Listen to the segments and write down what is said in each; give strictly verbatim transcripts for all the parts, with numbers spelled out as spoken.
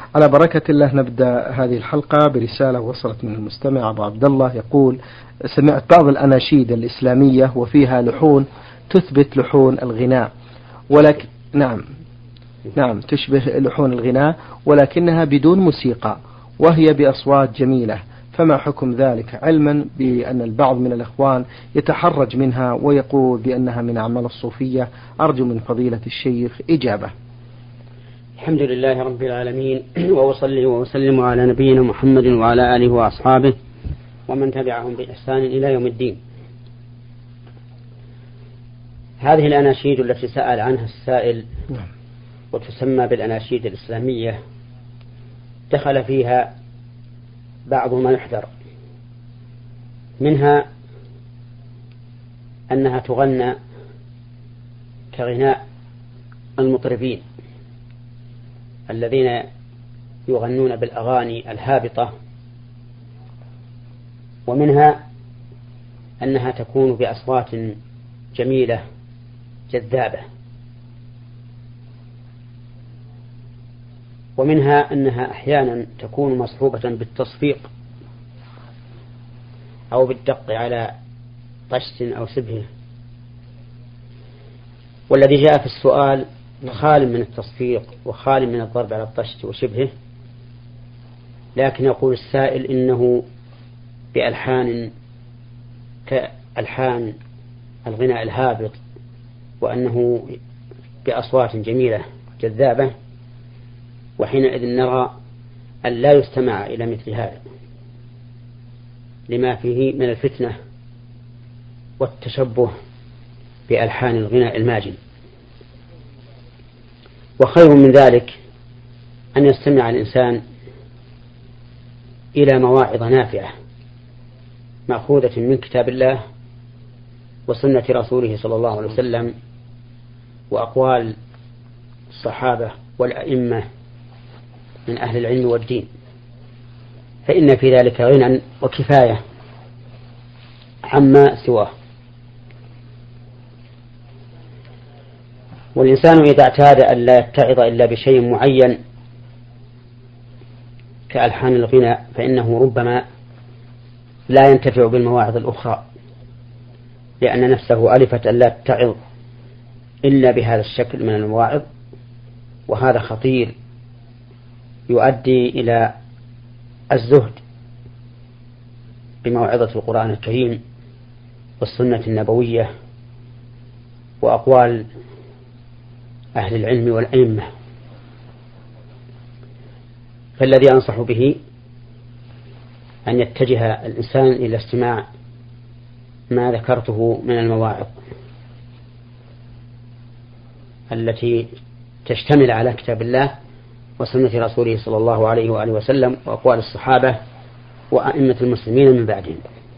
على بركة الله نبدأ هذه الحلقة برسالة وصلت من المستمع أبو عبد الله يقول: سمعت بعض الأناشيد الإسلامية وفيها لحون تثبت لحون الغناء، ولكن نعم نعم تشبه لحون الغناء ولكنها بدون موسيقى وهي بأصوات جميلة، فما حكم ذلك؟ علما بأن البعض من الإخوان يتحرج منها ويقول بأنها من أعمال الصوفية. أرجو من فضيلة الشيخ إجابة. الحمد لله رب العالمين، وأصلي وأسلم على نبينا محمد وعلى آله وأصحابه ومن تبعهم بإحسان إلى يوم الدين. هذه الأناشيد التي سأل عنها السائل وتسمى بالأناشيد الإسلامية دخل فيها بعض ما يحذر منها، أنها تغنى كغناء المطربين الذين يغنون بالأغاني الهابطة، ومنها أنها تكون بأصوات جميلة جذابة، ومنها أنها أحيانا تكون مصحوبة بالتصفيق أو بالدق على طشت أو شبهه. والذي جاء في السؤال خال من التصفيق وخال من الضرب على الطشت وشبهه، لكن يقول السائل إنه بألحان كألحان الغناء الهابط، وأنه بأصوات جميلة جذابة، وحينئذ نرى أن لا يستمع إلى مثل هذا لما فيه من الفتنة والتشبه بألحان الغناء الماجن. وخير من ذلك أن يستمع الإنسان إلى مواعظ نافعة مأخوذة من كتاب الله وسنة رسوله صلى الله عليه وسلم وأقوال الصحابة والأئمة من أهل العلم والدين، فإن في ذلك غنى وكفاية عما سواه. والإنسان إذا اعتاد أن لا يتعظ إلا بشيء معين كألحان الغناء فإنه ربما لا ينتفع بالمواعظ الأخرى، لأن نفسه ألفت أن لا تتعظ إلا بهذا الشكل من المواعظ، وهذا خطير يؤدي إلى الزهد بموعظة القرآن الكريم والسنة النبوية وأقوال أهل العلم والأئمة. فالذي أنصح به أن يتجه الإنسان إلى استماع ما ذكرته من المواعظ التي تشتمل على كتاب الله وسنة رسوله صلى الله عليه وآله وسلم وأقوال الصحابة وأئمة المسلمين من بعدهم.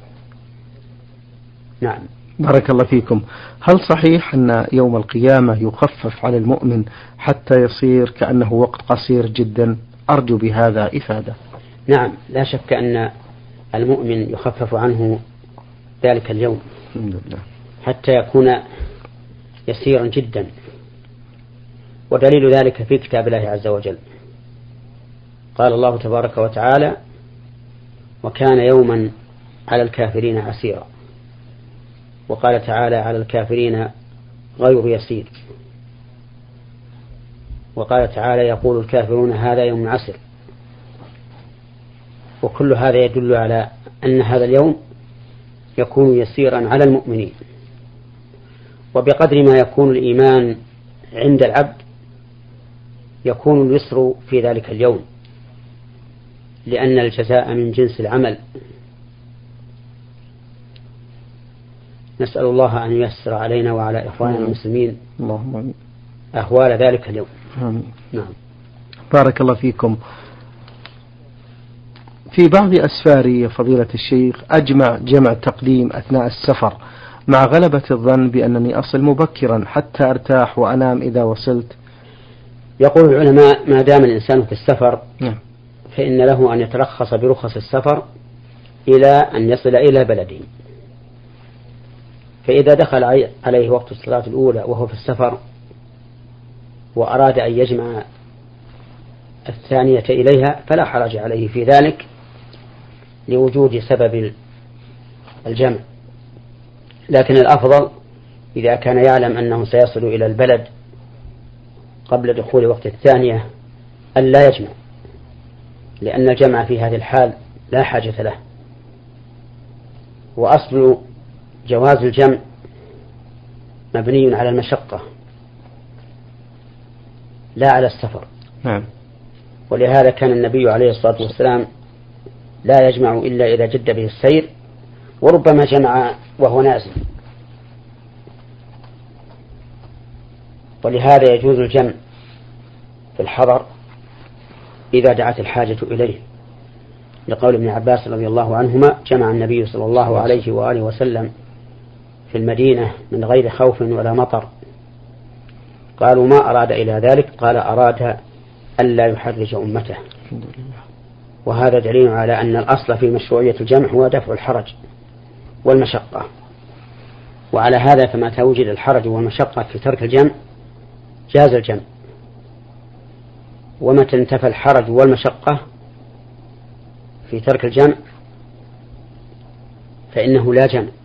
نعم. بارك الله فيكم. هل صحيح أن يوم القيامة يخفف على المؤمن حتى يصير كأنه وقت قصير جدا؟ أرجو بهذا إفادة. نعم، لا شك أن المؤمن يخفف عنه ذلك اليوم الحمد لله حتى يكون يسيرا جدا، ودليل ذلك في كتاب الله عز وجل. قال الله تبارك وتعالى: وكان يوما على الكافرين عسيرا. وقال تعالى: على الكافرين غير يسير. وقال تعالى: يقول الكافرون هذا يوم عسر. وكل هذا يدل على أن هذا اليوم يكون يسيرا على المؤمنين، وبقدر ما يكون الإيمان عند العبد يكون اليسر في ذلك اليوم، لأن الجزاء من جنس العمل. نسأل الله أن ييسر علينا وعلى إخواننا المسلمين اللهم أهوال ذلك اليوم. آمين. نعم. بارك الله فيكم. في بعض أسفاري فضيلة الشيخ أجمع جمع تقديم أثناء السفر مع غلبة الظن بأنني أصل مبكرا حتى أرتاح وأنام إذا وصلت. يقول العلماء: ما دام الإنسان في السفر نعم. فإن له أن يترخص برخص السفر إلى أن يصل إلى بلده. فإذا دخل عليه وقت الصلاة الأولى وهو في السفر وأراد أن يجمع الثانية إليها فلا حرج عليه في ذلك لوجود سبب الجمع. لكن الأفضل إذا كان يعلم أنه سيصل إلى البلد قبل دخول وقت الثانية أن لا يجمع، لأن الجمع في هذه الحال لا حاجة له. وأصل جواز الجمع مبني على المشقة لا على السفر. نعم. ولهذا كان النبي عليه الصلاة والسلام لا يجمع إلا إذا جد به السير، وربما جمع وهو نازل. ولهذا يجوز الجمع في الحضر إذا دعت الحاجة إليه، لقول ابن عباس رضي الله عنهما: جمع النبي صلى الله عليه وآله وسلم في المدينة من غير خوف ولا مطر. قالوا: ما أراد إلى ذلك؟ قال: أراد ألا يحرج أمته. وهذا دليل على أن الأصل في مشروعية الجمع هو دفع الحرج والمشقة. وعلى هذا فمتى وجد الحرج والمشقة في ترك الجمع جاز الجمع، ومتى انتفى الحرج والمشقة في ترك الجمع فإنه لا جمع.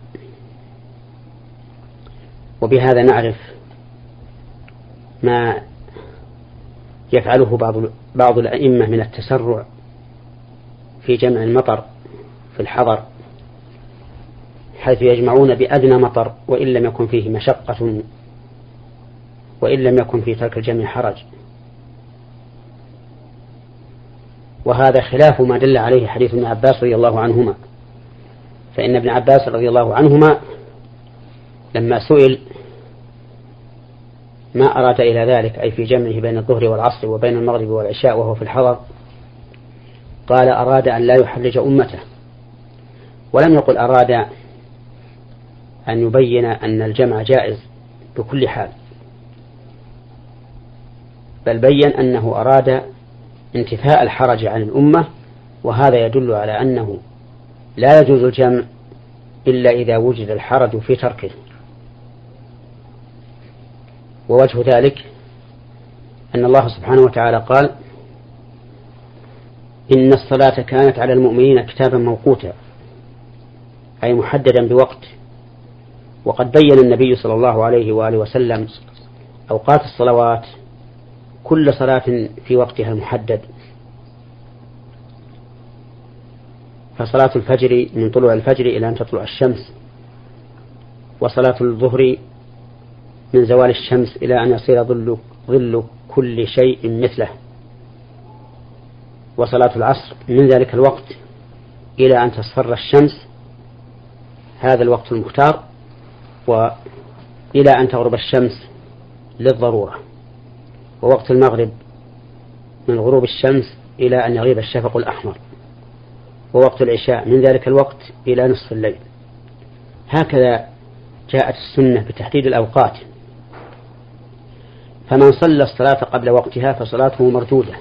وبهذا نعرف ما يفعله بعض بعض الأئمة من التسرع في جمع المطر في الحضر، حيث يجمعون بأدنى مطر وإن لم يكن فيه مشقة وإن لم يكن في ترك الجمع حرج. وهذا خلاف ما دل عليه حديث ابن عباس رضي الله عنهما، فإن ابن عباس رضي الله عنهما لما سئل ما أراد إلى ذلك، أي في جمعه بين الظهر والعصر وبين المغرب والعشاء وهو في الحضر، قال: أراد أن لا يحرج أمته. ولم يقل أراد أن يبين أن الجمع جائز بكل حال، بل بين أنه أراد انتفاء الحرج عن الأمة. وهذا يدل على أنه لا يجوز الجمع إلا إذا وجد الحرج في تركه. ووجه ذلك أن الله سبحانه وتعالى قال: إن الصلاة كانت على المؤمنين كتابا موقوتا، أي محددا بوقت. وقد بين النبي صلى الله عليه وآله وسلم أوقات الصلوات كل صلاة في وقتها المحدد. فصلاة الفجر من طلوع الفجر إلى أن تطلع الشمس، وصلاة الظهر من زوال الشمس إلى أن يصير ظل, ظل كل شيء مثله، وصلاة العصر من ذلك الوقت إلى أن تصفر الشمس، هذا الوقت المختار، وإلى أن تغرب الشمس للضرورة، ووقت المغرب من غروب الشمس إلى أن يغيب الشفق الأحمر، ووقت العشاء من ذلك الوقت إلى نصف الليل. هكذا جاءت السنة بتحديد الأوقات. فمن صلى الصلاة قبل وقتها فصلاته مردودة،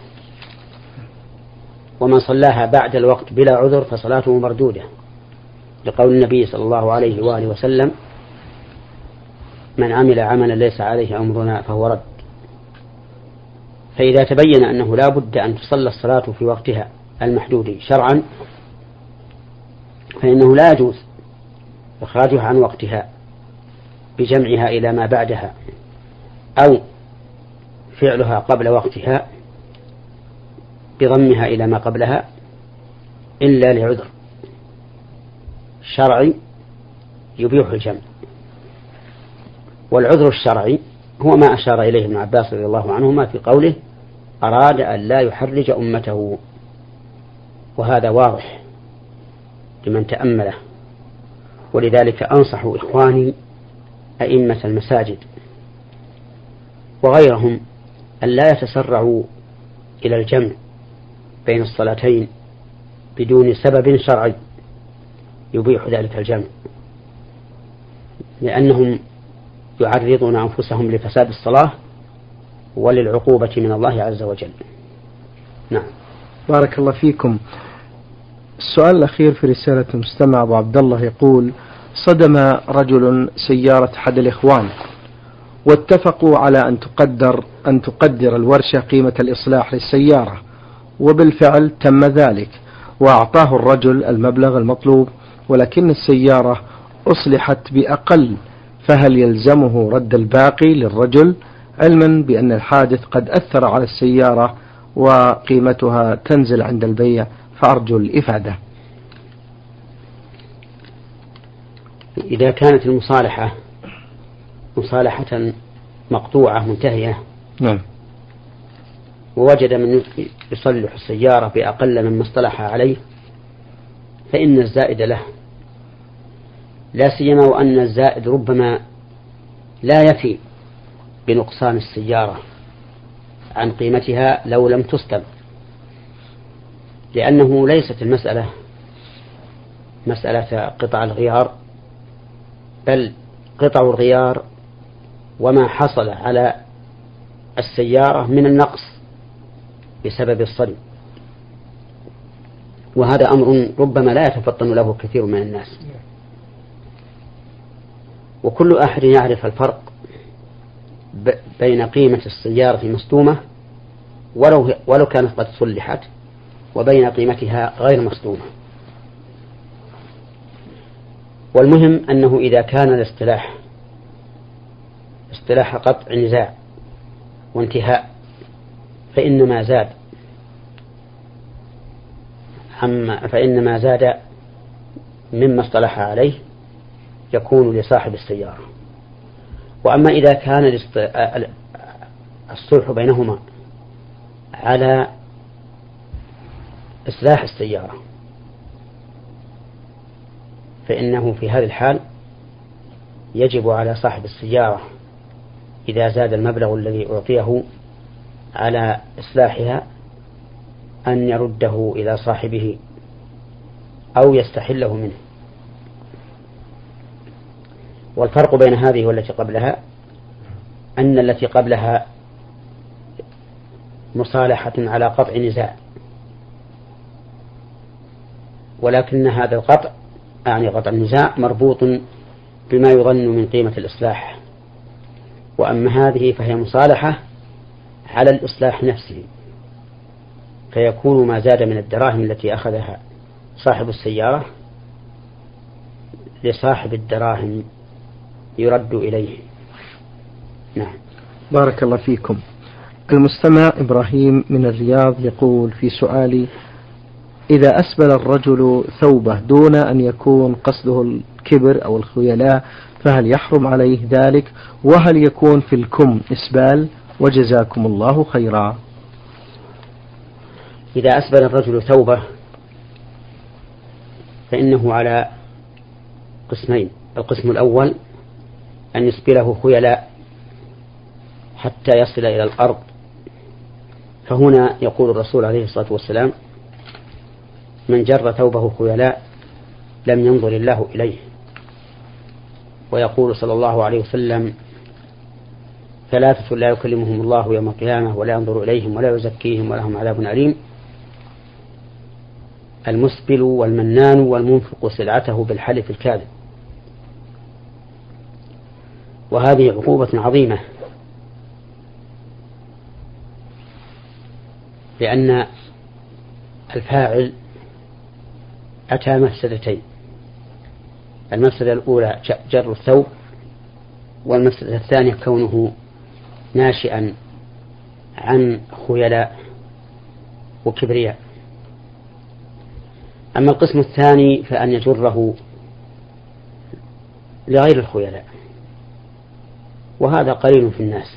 ومن صلاها بعد الوقت بلا عذر فصلاته مردودة، لقول النبي صلى الله عليه وآله وسلم: من عمل عملا ليس عليه أمرنا فهو رد. فإذا تبين أنه لا بد أن تصلى الصلاة في وقتها المحدود شرعا فإنه لا يجوز إخراجها عن وقتها بجمعها إلى ما بعدها أو فعلها قبل وقتها بضمها إلى ما قبلها إلا لعذر شرعي يبيح الجمع. والعذر الشرعي هو ما أشار إليه ابن عباس رضي الله عنهما في قوله: أراد أن لا يحرج أمته. وهذا واضح لمن تأمله. ولذلك أنصح إخواني أئمة المساجد وغيرهم أن لا يتسرعوا إلى الجمع بين الصلاتين بدون سبب شرعي يبيح ذلك الجمع، لأنهم يعرضون أنفسهم لفساد الصلاة وللعقوبة من الله عز وجل. نعم. بارك الله فيكم. السؤال الأخير في رسالة المستمع أبو عبد الله يقول: صدم رجل سيارة أحد الإخوان واتفقوا على أن تقدر أن تقدر الورشة قيمة الإصلاح للسيارة، وبالفعل تم ذلك، وأعطاه الرجل المبلغ المطلوب، ولكن السيارة أصلحت بأقل، فهل يلزمه رد الباقي للرجل، علما بأن الحادث قد أثر على السيارة وقيمتها تنزل عند البيع؟ فأرجو الإفادة. إذا كانت المصالحة مصالحة مقطوعة منتهية، نعم، ووجد من يصلح السيارة بأقل مما اصطلح عليه، فإن الزائد له، لا سيما وأن الزائد ربما لا يفي بنقصان السيارة عن قيمتها لو لم تسلم، لأنه ليست المسألة مسألة قطع الغيار، بل قطع الغيار وما حصل على السيارة من النقص بسبب الصلب، وهذا أمر ربما لا يتفطن له كثير من الناس. وكل أحد يعرف الفرق بين قيمة السيارة المصدومة ولو, ولو كانت قد صلحت، وبين قيمتها غير مصدومة. والمهم أنه إذا كان الاصطلاح اصطلاح قطع نزاع وانتهاء، فإنما زاد فإنما زاد مما اصطلح عليه يكون لصاحب السيارة. وأما إذا كان الصلح بينهما على إصلاح السيارة، فإنه في هذه الحال يجب على صاحب السيارة إذا زاد المبلغ الذي أعطيه على إصلاحها أن يرده إلى صاحبه أو يستحله منه. والفرق بين هذه والتي قبلها أن التي قبلها مصالحة على قطع نزاع، ولكن هذا القطع يعني قطع النزاع مربوط بما يظن من قيمة الإصلاح، وأما هذه فهي مصالحة على الإصلاح نفسه، فيكون ما زاد من الدراهم التي أخذها صاحب السيارة لصاحب الدراهم يرد إليه. نعم. بارك الله فيكم. المستمع إبراهيم من الرياض يقول في سؤالي: إذا أسبل الرجل ثوبه دون أن يكون قصده الكبر أو الخيلاء فهل يحرم عليه ذلك؟ وهل يكون في الكم إسبال؟ وجزاكم الله خيرا. إذا أسبل الرجل ثوبه فإنه على قسمين: القسم الأول أن يسبله خيلاء حتى يصل إلى الأرض، فهنا يقول الرسول عليه الصلاة والسلام: من جر ثوبه خيلاء لم ينظر الله إليه. ويقول صلى الله عليه وسلم: ثلاثة لا يكلمهم الله يوم القيامة ولا ينظر إليهم ولا يزكيهم ولهم عذاب أليم: المسبل والمنان والمنفق سلعته بالحلف الكاذب. وهذه عقوبة عظيمة، لأن الفاعل أتى مفسدتين: المفسدة الأولى جر الثوب، والمفسدة الثانية كونه ناشئا عن خيلاء وكبرياء. أما القسم الثاني فأن يجره لغير الخيلاء، وهذا قليل في الناس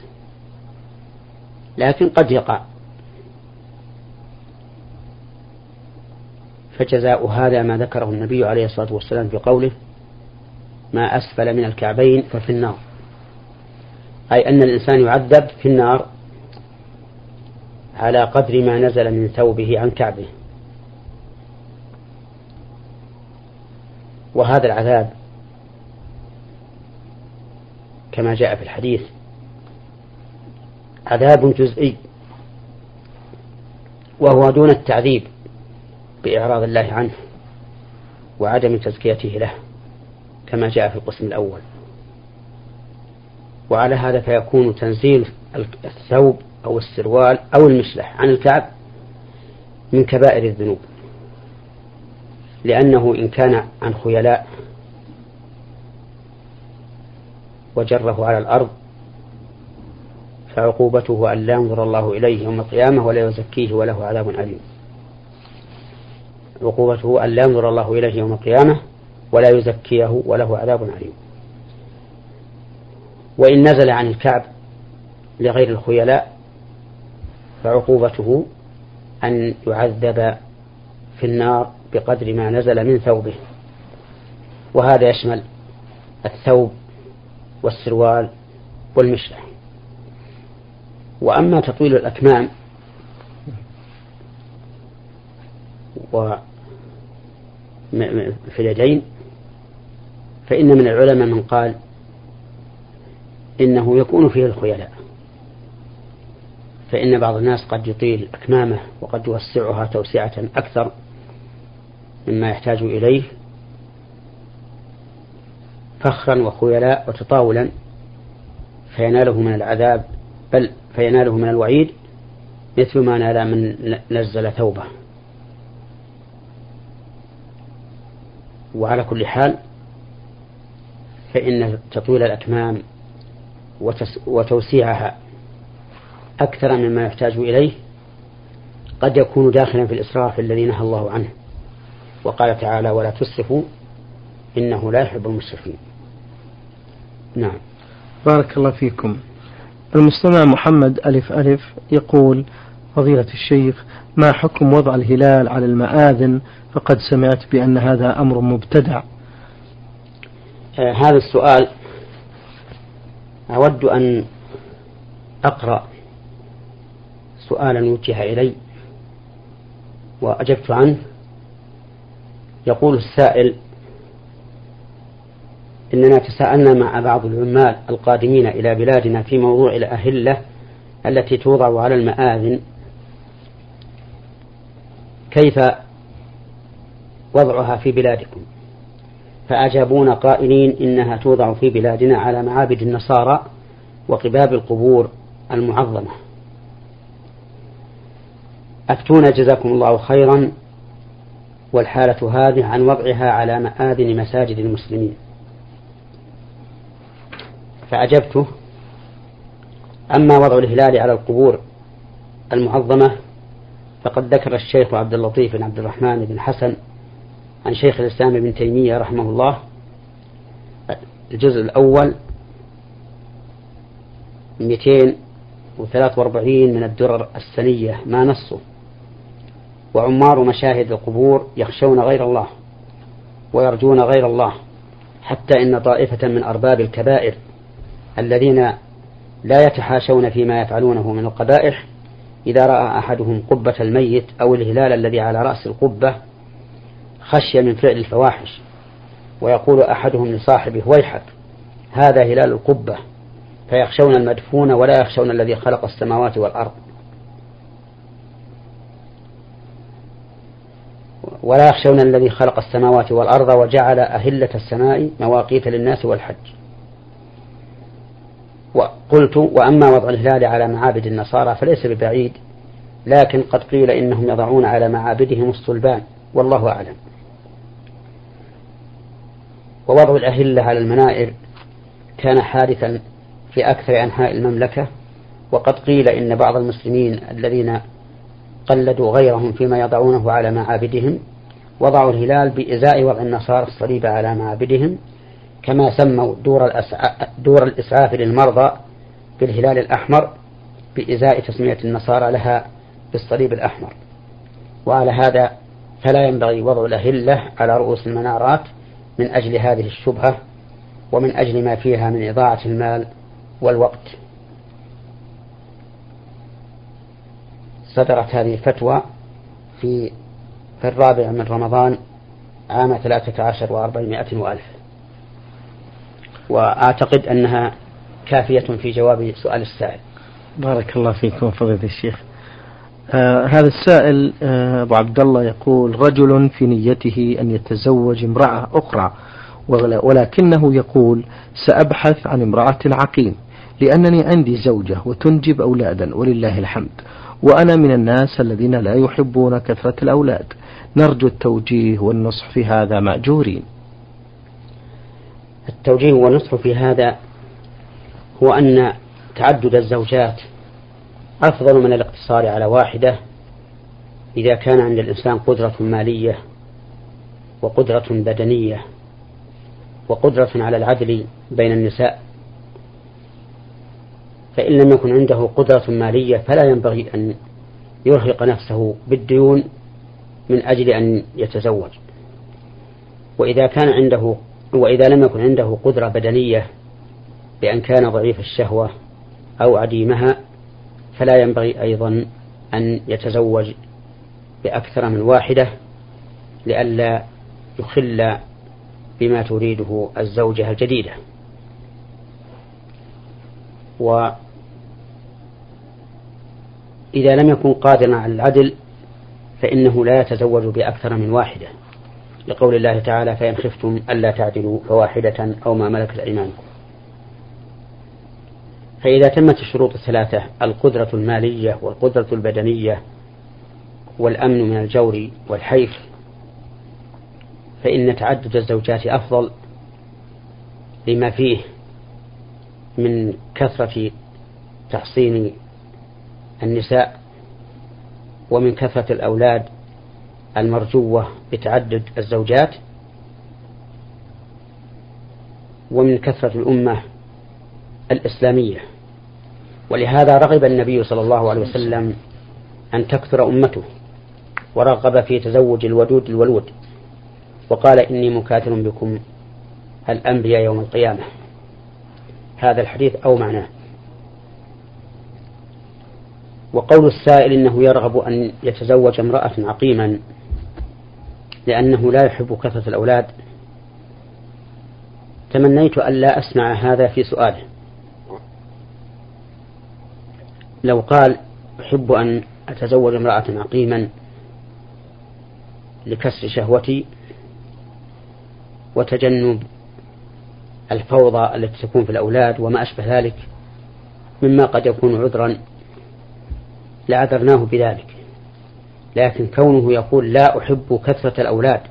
لكن قد يقع، فجزاء هذا ما ذكره النبي عليه الصلاة والسلام في قوله: ما أسفل من الكعبين ففي النار، أي أن الإنسان يعذب في النار على قدر ما نزل من ثوبه عن كعبه. وهذا العذاب كما جاء في الحديث عذاب جزئي، وهو دون التعذيب بإعراض الله عنه وعدم تزكيته له كما جاء في القسم الأول. وعلى هذا فيكون تنزيل الثوب أو السروال أو المشلح عن الكعب من كبائر الذنوب، لأنه إن كان عن خيلاء وجره على الأرض فعقوبته أن لا ينظر الله إليه يوم القيامة ولا يزكيه وله عذاب أليم. عقوبته أن لا ينظر الله إليه يوم القيامة ولا يزكيه وله عذاب أليم. وإن نزل عن الكعب لغير الخيلاء فعقوبته أن يعذب في النار بقدر ما نزل من ثوبه، وهذا يشمل الثوب والسروال والمشلح. وأما تطويل الأكمام في اليدين فإن من العلماء من قال إنه يكون فيه الخيلاء، فإن بعض الناس قد يطيل أكمامه وقد يوسعها توسعة أكثر مما يحتاج إليه فخرا وخيلاء وتطاولا فيناله من العذاب بل فيناله من الوعيد مثل ما نال من نزل ثوبه. وعلى كل حال فإن تطويل الأكمام وتوسيعها أكثر مما يحتاج إليه قد يكون داخلا في الإسراف الذي نهى الله عنه، وقال تعالى ولا تسرفوا إنه لا يحب المسرفين. نعم. بارك الله فيكم. المستمع محمد ألف ألف يقول فضيلة الشيخ ما حكم وضع الهلال على المآذن فقد سمعت بأن هذا أمر مبتدع. آه هذا السؤال أود أن أقرأ سؤالا وجه إلي وأجبت عنه. يقول السائل إننا تساءلنا مع بعض العمال القادمين إلى بلادنا في موضوع الأهلة التي توضع على المآذن كيف وضعها في بلادكم، فأجابونا قائلين إنها توضع في بلادنا على معابد النصارى وقباب القبور المعظمة. أفتونا جزاكم الله خيرا والحالة هذه عن وضعها على مآذن مساجد المسلمين. فأجبته أما وضع الهلال على القبور المعظمة فقد ذكر الشيخ عبد اللطيف بن عبد الرحمن بن حسن عن شيخ الإسلام ابن تيمية رحمه الله الجزء الأول مئتين وثلاث وأربعين من الدرر السنية ما نصه وعمار مشاهد القبور يخشون غير الله ويرجون غير الله حتى إن طائفة من أرباب الكبائر الذين لا يتحاشون فيما يفعلونه من القبائح إذا رأى أحدهم قبة الميت أو الهلال الذي على رأس القبة خشي من فعل الفواحش ويقول أحدهم لصاحبه ويحك هذا هلال القبة، فيخشون المدفون ولا يخشون الذي خلق السماوات والأرض ولا يخشون الذي خلق السماوات والأرض وجعل أهلة السماء مواقيت للناس والحج. وقلت وأما وضع الهلال على معابد النصارى فليس ببعيد، لكن قد قيل إنهم يضعون على معابدهم الصلبان والله أعلم. ووضع الأهلة على المنائر كان حادثا في أكثر أنحاء المملكة، وقد قيل إن بعض المسلمين الذين قلدوا غيرهم فيما يضعونه على معابدهم وضعوا الهلال بإزاء وضع النصارى الصليب على معابدهم، كما سموا دور, دور الإسعاف للمرضى بالهلال الأحمر بإزاء تسمية النصارى لها بالصليب الأحمر. وعلى هذا فلا ينبغي وضع الأهلة على رؤوس المنارات من أجل هذه الشبهة ومن أجل ما فيها من إضاعة المال والوقت. صدرت هذه الفتوى في في الرابع من رمضان عام ثلاثة عشر وأربعمائة وألف، وأعتقد أنها كافية في جواب سؤال السائل. بارك الله فيكم فضيلة الشيخ. آه هذا السائل آه أبو عبد الله يقول رجل في نيته أن يتزوج امرأة أخرى ولكنه يقول سأبحث عن امرأة عقيم لأنني عندي زوجة وتنجب أولادا ولله الحمد، وأنا من الناس الذين لا يحبون كثرة الأولاد، نرجو التوجيه والنصح في هذا مأجورين. التوجيه والنصح في هذا هو أن تعدد الزوجات أفضل من الاقتصار على واحدة إذا كان عند الإنسان قدرة مالية وقدرة بدنية وقدرة على العدل بين النساء. فإن لم يكن عنده قدرة مالية فلا ينبغي أن يرهق نفسه بالديون من أجل أن يتزوج. وإذا كان عنده وإذا لم يكن عنده قدرة بدنية بأن كان ضعيف الشهوة أو عديمها فلا ينبغي أيضا أن يتزوج بأكثر من واحدة لئلا يخل بما تريده الزوجة الجديدة. وإذا لم يكن قادرا على العدل فإنه لا يتزوج بأكثر من واحدة، لقول الله تعالى: فإن خفتم ألا تعدلوا فواحدة أو ما ملكت أيمانكم. فإذا تمت الشروط الثلاثة: القدرة المالية والقدرة البدنية والأمن من الجور والحيف، فإن تعدد الزوجات أفضل لما فيه من كثرة تحصين النساء ومن كثرة الأولاد المرجوة بتعدد الزوجات ومن كثرة الأمة الإسلامية. ولهذا رغب النبي صلى الله عليه وسلم أن تكثر أمته، ورغب في تزوج الودود الولود، وقال: إني مكاثر بكم الأنبياء يوم القيامة. هذا الحديث أو معناه. وقول السائل إنه يرغب أن يتزوج امرأة عقيما لأنه لا يحب كثرة الأولاد، تمنيت أن لا أسمع هذا في سؤاله. لو قال: أحب أن أتزوج امرأة عقيما لكسر شهوتي وتجنب الفوضى التي تكون في الأولاد وما أشبه ذلك مما قد يكون عذرا لعذرناه بذلك. لكن كونه يقول: لا أحب كثرة الأولاد،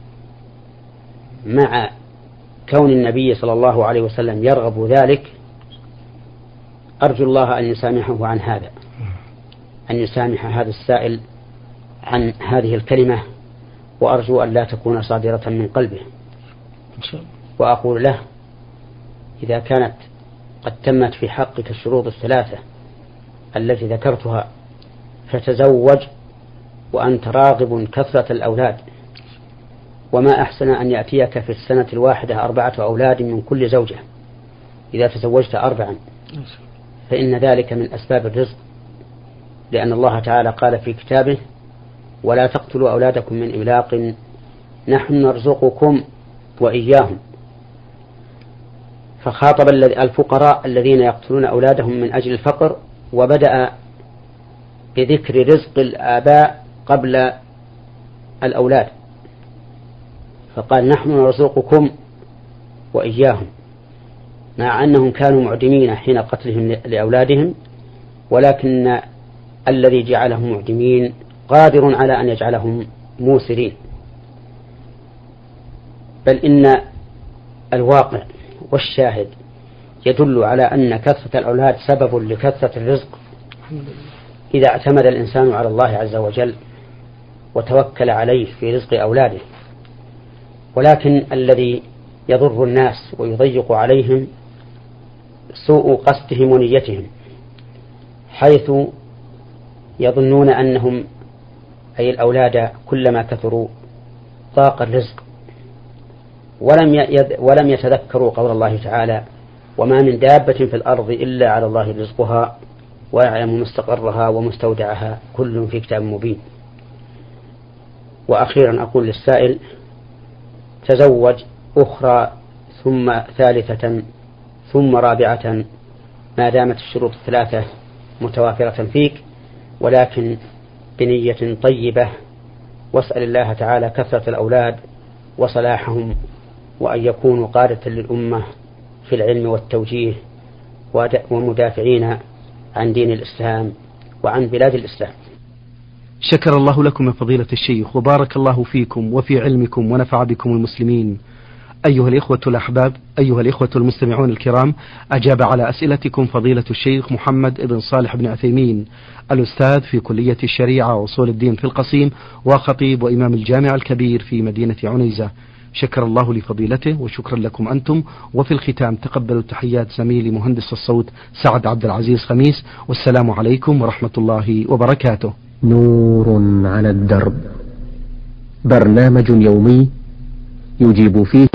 مع كون النبي صلى الله عليه وسلم يرغب ذلك، أرجو الله أن يسامحه عن هذا، أن يسامح هذا السائل عن هذه الكلمة، وأرجو أن لا تكون صادرة من قلبه. وأقول له: إذا كانت قد تمت في حقك الشروط الثلاثة التي ذكرتها فتزوج وأنت راغب كثرة الأولاد، وما أحسن أن يأتيك في السنة الواحدة أربعة أولاد من كل زوجة إذا تزوجت أربعا، فإن ذلك من أسباب الرزق، لأن الله تعالى قال في كتابه: ولا تقتلوا أولادكم من إملاق نحن نرزقكم وإياهم. فخاطب الفقراء الذين يقتلون أولادهم من أجل الفقر، وبدأ بذكر رزق الآباء قبل الأولاد، فقال: نحن نرزقكم وإياهم، مع أنهم كانوا معدمين حين قتلهم لأولادهم، ولكن الذي جعلهم معدمين قادر على أن يجعلهم موسرين. بل إن الواقع والشاهد يدل على أن كثرة الأولاد سبب لكثرة الرزق إذا اعتمد الإنسان على الله عز وجل وتوكل عليه في رزق أولاده. ولكن الذي يضر الناس ويضيق عليهم سوء قصدهم ونيتهم، حيث يظنون أنهم أي الأولاد كلما كثروا ضاق الرزق، ولم ولم يتذكروا قول الله تعالى: وما من دابة في الأرض إلا على الله رزقها ويعلم مستقرها ومستودعها كل في كتاب مبين. وأخيرا أقول للسائل: تزوج أخرى ثم ثالثة ثم رابعة ما دامت الشروط الثلاثة متوافرة فيك، ولكن بنية طيبة، واسأل الله تعالى كثرة الأولاد وصلاحهم، وأن يكونوا قادة للأمة في العلم والتوجيه ومدافعين عن دين الإسلام وعن بلاد الإسلام. شكر الله لكم يا فضيلة الشيخ، وبارك الله فيكم وفي علمكم ونفع بكم المسلمين. أيها الإخوة الأحباب، أيها الإخوة المستمعون الكرام، أجاب على أسئلتكم فضيلة الشيخ محمد بن صالح بن عثيمين، الأستاذ في كلية الشريعة وأصول الدين في القصيم، وخطيب وإمام الجامع الكبير في مدينة عنيزة. شكر الله لفضيلته وشكرا لكم أنتم. وفي الختام تقبلوا تحيات زميلي مهندس الصوت سعد عبد العزيز خميس، والسلام عليكم ورحمة الله وبركاته. نور على الدرب، برنامج يومي يجيب فيه